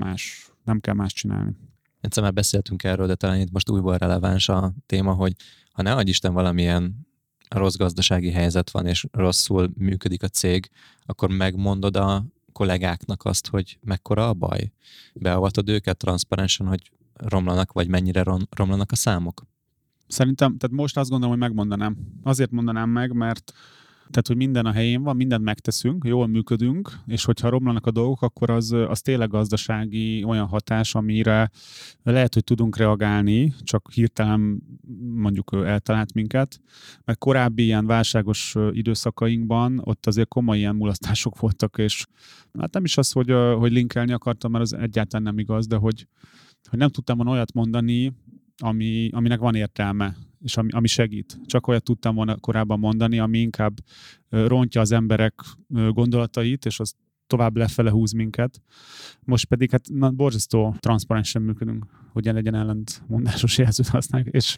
nem kell más csinálni. Egyszer már beszéltünk erről, de talán itt most újból releváns a téma, hogy ha ne adj Isten valamilyen rossz gazdasági helyzet van, és rosszul működik a cég, akkor megmondod a kollégáknak azt, hogy mekkora a baj? Beavatod őket transzparensen, hogy romlanak, vagy mennyire romlanak a számok? Szerintem, tehát most azt gondolom, hogy megmondanám. Azért mondanám meg, mert Tehát, hogy minden a helyén van, mindent megteszünk, jól működünk, és hogyha romlanak a dolgok, akkor az tényleg gazdasági olyan hatás, amire lehet, hogy tudunk reagálni, csak hirtelen mondjuk eltalált minket, mert korábbi ilyen válságos időszakainkban ott azért komoly ilyen mulasztások voltak, és hát nem is az, hogy linkelni akartam, mert az egyáltalán nem igaz, de hogy nem tudtam volna olyat mondani, aminek van értelme, és ami segít. Csak olyat tudtam volna korábban mondani, ami inkább rontja az emberek gondolatait, és az tovább lefele húz minket. Most pedig hát borzasztó transzparensen működünk, hogy legyen ellentmondásos jelzőt használjuk, és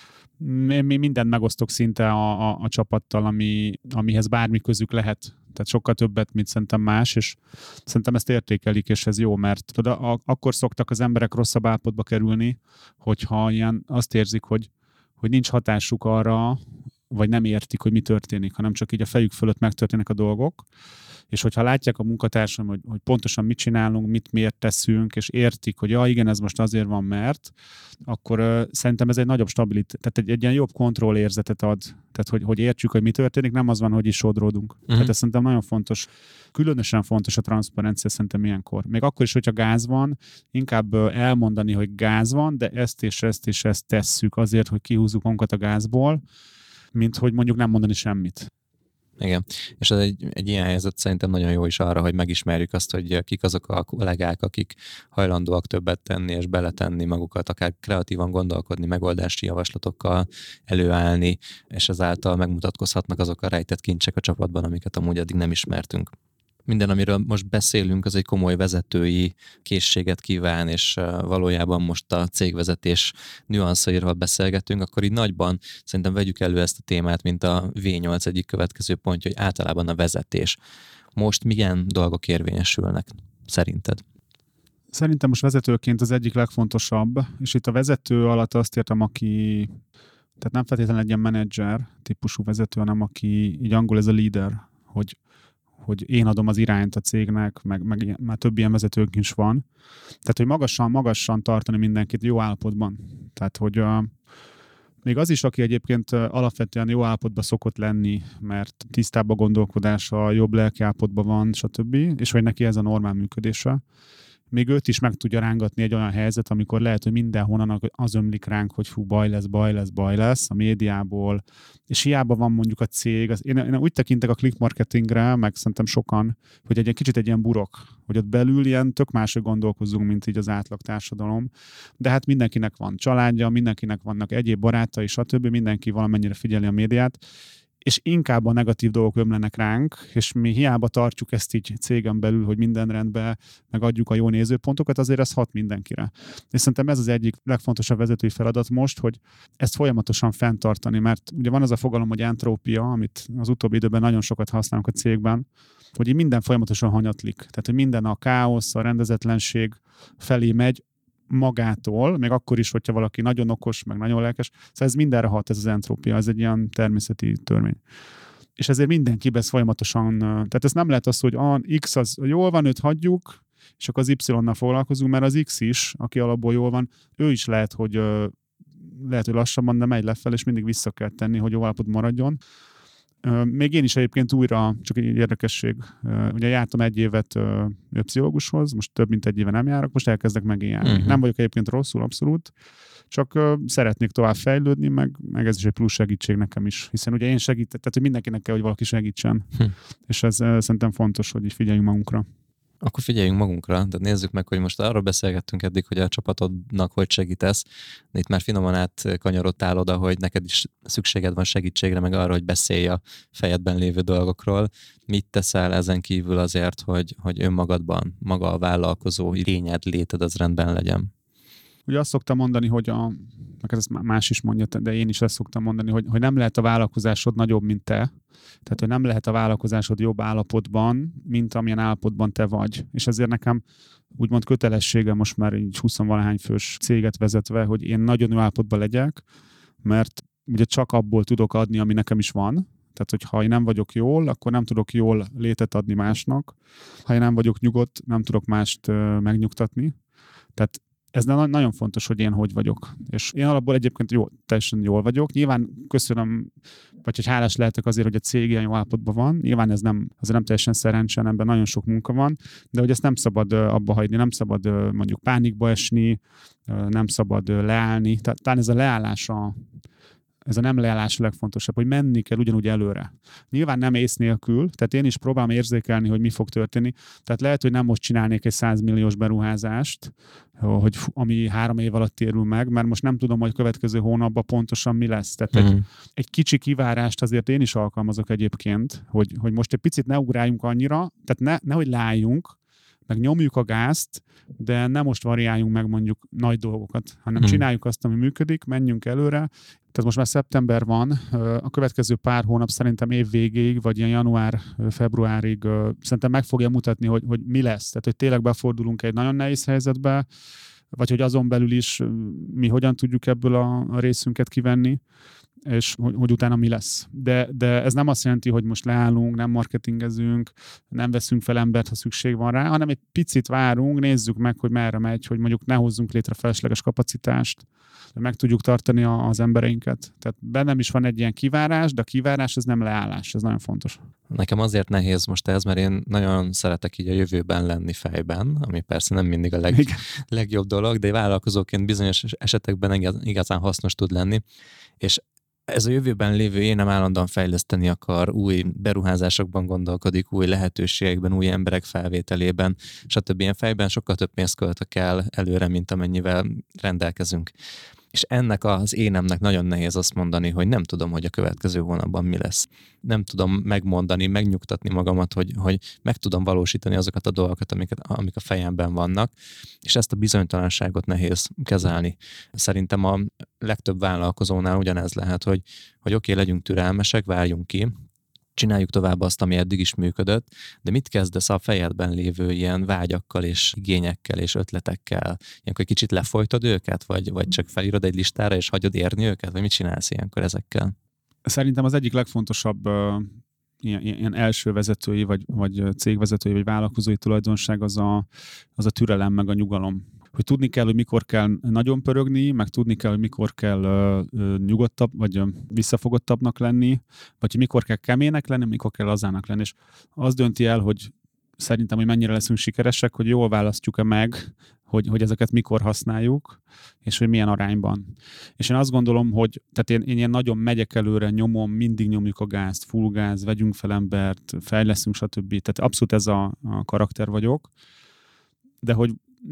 mi mindent megosztok szinte a csapattal, amihez bármi közük lehet. Tehát sokkal többet, mint szerintem más, és szerintem ezt értékelik, és ez jó, mert akkor szoktak az emberek rosszabb állapotba kerülni, hogyha ilyen azt érzik, hogy nincs hatásuk arra, vagy nem értik, hogy mi történik, hanem csak így a fejük fölött megtörténnek a dolgok, és hogyha látják a munkatársam, hogy pontosan mit csinálunk, miért teszünk, és értik, hogy igen, ez most azért van, mert, akkor szerintem ez egy nagyobb stabilitás, tehát egy ilyen jobb kontrollérzetet ad, tehát hogy értsük, hogy mi történik, nem az van, hogy is sodródunk. Tehát ez szerintem nagyon fontos, különösen fontos a transzparencia szerintem ilyenkor. Még akkor is, hogyha gáz van, inkább elmondani, hogy gáz van, de ezt és ezt és ezt tesszük azért, hogy kihúzzuk magunkat a gázból, mint hogy mondjuk nem mondani semmit. Igen, és ez egy ilyen helyzet szerintem nagyon jó is arra, hogy megismerjük azt, hogy kik azok a kollégák, akik hajlandóak többet tenni és beletenni magukat, akár kreatívan gondolkodni, megoldási javaslatokkal előállni, és ezáltal megmutatkozhatnak azok a rejtett kincsek a csapatban, amiket amúgy eddig nem ismertünk. Minden, amiről most beszélünk, az egy komoly vezetői készséget kíván, és valójában most a cégvezetés nüanszairól beszélgetünk, akkor így nagyban szerintem vegyük elő ezt a témát, mint a V8 egyik következő pontja, hogy általában a vezetés. Most milyen dolgok érvényesülnek szerinted? Szerintem most vezetőként az egyik legfontosabb, és itt a vezető alatt azt értem, aki, tehát nem feltétlenül egy ilyen menedzser típusú vezető, hanem aki így angol ez a leader, hogy én adom az irányt a cégnek, meg már több ilyen vezetők is van. Tehát, hogy magassan tartani mindenkit jó állapotban. Tehát, hogy még az is, aki egyébként alapvetően jó állapotban szokott lenni, mert tisztább a gondolkodása, jobb lelkiállapotban van, stb., és hogy neki ez a normál működése. Még őt is meg tudja rángatni egy olyan helyzet, amikor lehet, hogy mindenhonnan az ömlik ránk, hogy fú, baj lesz a médiából, és hiába van mondjuk a cég. Én úgy tekintek a click marketingre, meg szerintem sokan, hogy egy kicsit egy ilyen burok, hogy ott belül ilyen tök máshogy gondolkozzunk, mint így az átlag társadalom. De hát mindenkinek van családja, mindenkinek vannak egyéb barátai, stb. Mindenki valamennyire figyeli a médiát, és inkább a negatív dolgok ömlenek ránk, és mi hiába tartjuk ezt így cégen belül, hogy minden rendben, meg adjuk a jó nézőpontokat, azért ez hat mindenkire. És szerintem ez az egyik legfontosabb vezetői feladat most, hogy ezt folyamatosan fenntartani, mert ugye van az a fogalom, hogy entrópia, amit az utóbbi időben nagyon sokat használunk a cégben, hogy így minden folyamatosan hanyatlik. Tehát, hogy minden a káosz, a rendezetlenség felé megy, magától, még akkor is, hogyha valaki nagyon okos, meg nagyon lelkes. Szóval ez mindenre hat, ez az entrópia, ez egy ilyen természeti törvény. És ezért mindenkiben ez folyamatosan, tehát ez nem lehet az, hogy X az jól van, őt hagyjuk, és akkor az Y-nal foglalkozunk, mert az X is, aki alapból jól van, ő is lehet, hogy lassabban, de megy lefelé, és mindig vissza kell tenni, hogy jó állapot maradjon. Még én is egyébként újra, csak egy érdekesség, ugye jártam egy évet pszichológushoz, most több mint egy éve nem járok, most elkezdek megint járni. Nem vagyok egyébként rosszul, abszolút, csak szeretnék tovább fejlődni, meg ez is egy plusz segítség nekem is, hiszen ugye én segítek, tehát hogy mindenkinek kell, hogy valaki segítsen. És ez szerintem fontos, hogy így figyeljünk magunkra. Akkor figyeljünk magunkra, de nézzük meg, hogy most arról beszélgettünk eddig, hogy a csapatodnak hogy segítesz. De itt már finoman átkanyarodtál oda, hogy neked is szükséged van segítségre, meg arra, hogy beszélj a fejedben lévő dolgokról. Mit teszel ezen kívül azért, hogy önmagadban, maga a vállalkozó lényed, léted az rendben legyen? Ugye azt szoktam mondani, hogy meg ez más is mondja, de én is ezt szoktam mondani, hogy nem lehet a vállalkozásod nagyobb, mint te. Tehát, hogy nem lehet a vállalkozásod jobb állapotban, mint amilyen állapotban te vagy. És ezért nekem úgymond kötelessége most már így 20-valahány fős céget vezetve, hogy én nagyon jó állapotban legyek, mert ugye csak abból tudok adni, ami nekem is van. Tehát, hogy ha én nem vagyok jól, akkor nem tudok jól létet adni másnak. Ha én nem vagyok nyugodt, nem tudok mást megnyugtatni. Tehát ez nagyon fontos, hogy én hogy vagyok. És én alapból egyébként teljesen jól vagyok. Nyilván köszönöm, vagy hogy hálás lehetek azért, hogy a cég ilyen jó állapotban van. Nyilván ez azért nem teljesen szerencsén, ebben nagyon sok munka van, de hogy ezt nem szabad abba hagyni, nem szabad mondjuk pánikba esni, nem szabad leállni. Talán ez a leállás ez a nem leállás a legfontosabb, hogy menni kell ugyanúgy előre. Nyilván nem ész nélkül, tehát én is próbálom érzékelni, hogy mi fog történni. Tehát lehet, hogy nem most csinálnék egy 100 milliós beruházást, ami 3 év alatt térül meg, mert most nem tudom, hogy következő hónapban pontosan mi lesz. Tehát egy kicsi kivárást azért én is alkalmazok egyébként, hogy most egy picit ne ugráljunk annyira, tehát nehogy leálljunk, meg nyomjuk a gázt, de nem most variáljunk meg mondjuk nagy dolgokat, hanem csináljuk azt, ami működik, menjünk előre. Tehát most már szeptember van, a következő pár hónap szerintem év végéig, vagy ilyen január-februárig szerintem meg fogja mutatni, hogy mi lesz. Tehát, hogy tényleg befordulunk egy nagyon nehéz helyzetbe, vagy hogy azon belül is mi hogyan tudjuk ebből a részünket kivenni, és hogy utána mi lesz. De ez nem azt jelenti, hogy most leállunk, nem marketingezünk, nem veszünk fel embert, ha szükség van rá, hanem egy picit várunk, nézzük meg, hogy merre megy, hogy mondjuk ne hozzunk létre felesleges kapacitást, de meg tudjuk tartani az embereinket. Tehát bennem is van egy ilyen kivárás, de a kivárás ez nem leállás, ez nagyon fontos. Nekem azért nehéz most ez, mert én nagyon szeretek így a jövőben lenni fejben, ami persze nem mindig a legjobb dolog, de vállalkozóként bizonyos esetekben igazán hasznos tud lenni, és ez a jövőben lévő én nem állandóan fejleszteni akar, új beruházásokban gondolkodik, új lehetőségekben, új emberek felvételében, stb. Ilyen fejben sokkal több pénzt költök el előre, mint amennyivel rendelkezünk. És ennek az énemnek nagyon nehéz azt mondani, hogy nem tudom, hogy a következő hónapban mi lesz. Nem tudom megmondani, megnyugtatni magamat, hogy meg tudom valósítani azokat a dolgokat, amik a fejemben vannak, és ezt a bizonytalanságot nehéz kezelni. Szerintem a legtöbb vállalkozónál ugyanez lehet, hogy oké, legyünk türelmesek, várjunk ki, csináljuk tovább azt, ami eddig is működött, de mit kezdesz a fejedben lévő ilyen vágyakkal és igényekkel és ötletekkel? Ilyenkor egy kicsit lefolytod őket, vagy csak felírod egy listára és hagyod érni őket, vagy mit csinálsz ilyenkor ezekkel? Szerintem az egyik legfontosabb ilyen első vezetői, vagy cégvezetői, vagy vállalkozói tulajdonság az a türelem, meg a nyugalom. Hogy tudni kell, hogy mikor kell nagyon pörögni, meg tudni kell, hogy mikor kell nyugodtabb, vagy visszafogottabbnak lenni, vagy hogy mikor kell keménynek lenni, mikor kell lazának lenni. És az dönti el, hogy szerintem, hogy mennyire leszünk sikeresek, hogy jól választjuk-e meg, hogy ezeket mikor használjuk, és hogy milyen arányban. És én azt gondolom, hogy tehát én ilyen nagyon megyek előre, nyomom, mindig nyomjuk a gázt, full gáz, vegyünk fel embert, fejleszünk, stb. Tehát abszolút ez a karakter vagyok. De hogy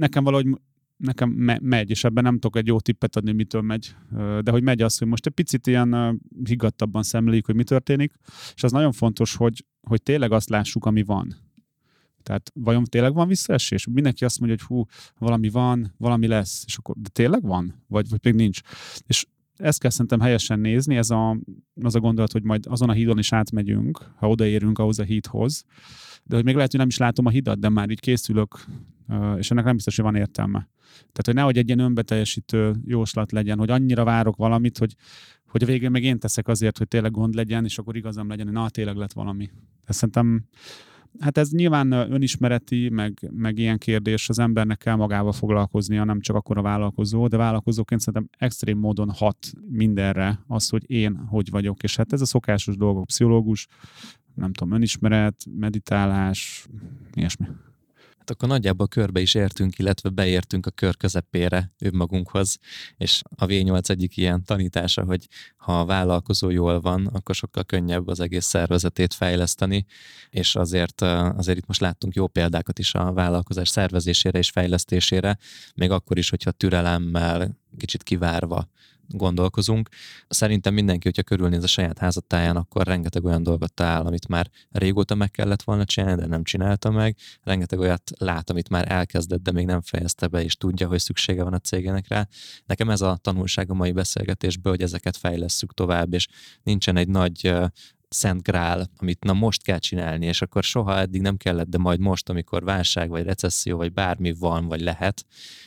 nekem megy, és ebben nem tudok egy jó tippet adni, mitől megy, de hogy megy az, hogy most egy picit ilyen higgadtabban szemléljük, hogy mi történik, és az nagyon fontos, hogy tényleg azt lássuk, ami van. Tehát vajon tényleg van visszaesés? Mindenki azt mondja, hogy valami van, valami lesz, és akkor de tényleg van? Vagy még nincs? És ezt kell szerintem helyesen nézni, az a gondolat, hogy majd azon a hídon is átmegyünk, ha odaérünk ahhoz a hídhoz, de hogy még lehet, hogy nem is látom a hidat, de már így készülök, és ennek nem biztos, hogy van értelme. Tehát, hogy nehogy egy ilyen önbeteljesítő jóslat legyen, hogy annyira várok valamit, hogy a végén meg én teszek azért, hogy tényleg gond legyen, és akkor igazam legyen, hogy tényleg lett valami. Ez szerintem, hát ez nyilván önismereti, meg ilyen kérdés, az embernek kell magával foglalkoznia, nem csak akkor a vállalkozó, de vállalkozóként szerintem extrém módon hat mindenre az, hogy én hogy vagyok, és hát ez a szokásos dolgok, pszichológus, nem tudom, önismeret, meditálás, ilyesmi. Hát akkor nagyjából körbe is értünk, illetve beértünk a kör közepére önmagunkhoz, és a V8 egyik ilyen tanítása, hogy ha a vállalkozó jól van, akkor sokkal könnyebb az egész szervezetét fejleszteni, és azért itt most láttunk jó példákat is a vállalkozás szervezésére és fejlesztésére, még akkor is, hogyha türelemmel, kicsit kivárva gondolkozunk. Szerintem mindenki, hogyha körülnéz a saját házatáján, akkor rengeteg olyan dolgot talál, amit már régóta meg kellett volna csinálni, de nem csinálta meg. Rengeteg olyat lát, amit már elkezdett, de még nem fejezte be, és tudja, hogy szüksége van a cégének rá. Nekem ez a tanulság a mai beszélgetésből, hogy ezeket fejlesszük tovább, és nincsen egy nagy szent grál, amit most kell csinálni, és akkor soha eddig nem kellett, de majd most, amikor válság, vagy recesszió, vagy bármi van, vagy lehet,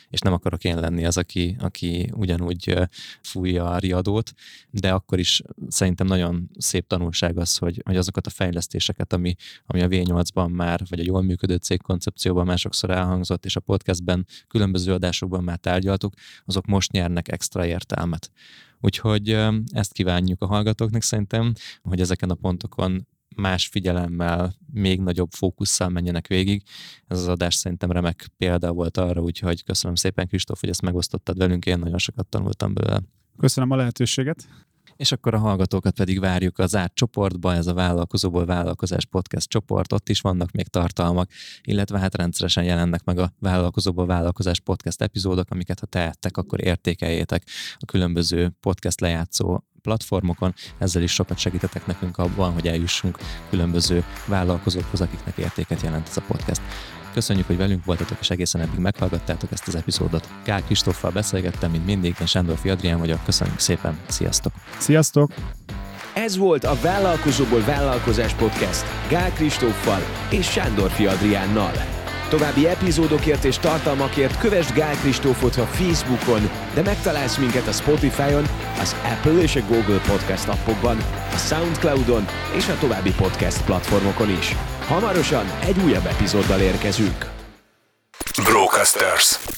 és nem akarok én lenni az, aki ugyanúgy fújja a riadót, de akkor is szerintem nagyon szép tanulság az, hogy azokat a fejlesztéseket, ami a V8-ban már, vagy a jól működő cég koncepcióban már sokszor elhangzott, és a podcastben, különböző adásokban már tárgyaltuk, azok most nyernek extra értelmet. Úgyhogy ezt kívánjuk a hallgatóknak szerintem, hogy ezeken a pontokon más figyelemmel, még nagyobb fókusszal menjenek végig. Ez az adás szerintem remek példa volt arra, úgyhogy köszönöm szépen, Kristóf, hogy ezt megosztottad velünk, én nagyon sokat tanultam belőle. Köszönöm a lehetőséget. És akkor a hallgatókat pedig várjuk az zárt csoportba, ez a Vállalkozóból Vállalkozás podcast csoport, ott is vannak még tartalmak, illetve hát rendszeresen jelennek meg a Vállalkozóból Vállalkozás podcast epizódok, amiket ha tehettek, akkor értékeljétek a különböző podcast lejátszó platformokon, ezzel is sokat segítetek nekünk abban, hogy eljussunk különböző vállalkozókhoz, akiknek értéket jelent ez a podcast. Köszönjük, hogy velünk voltatok, és egészen eddig meghallgattátok ezt az epizódot. Gál Kristóffal beszélgettem, mint mindig, én Sándorfi Adrián vagyok, köszönjük szépen, sziasztok! Sziasztok! Ez volt a Vállalkozóból Vállalkozás podcast Gál Kristóffal és Sándorfi Adriánnal. További epizódokért és tartalmakért kövesd Gál Kristófot a Facebookon, de megtalálsz minket a Spotify-on, az Apple és a Google Podcast appokban, a Soundcloudon és a további podcast platformokon is. Hamarosan egy újabb epizóddal érkezünk. Brocasters.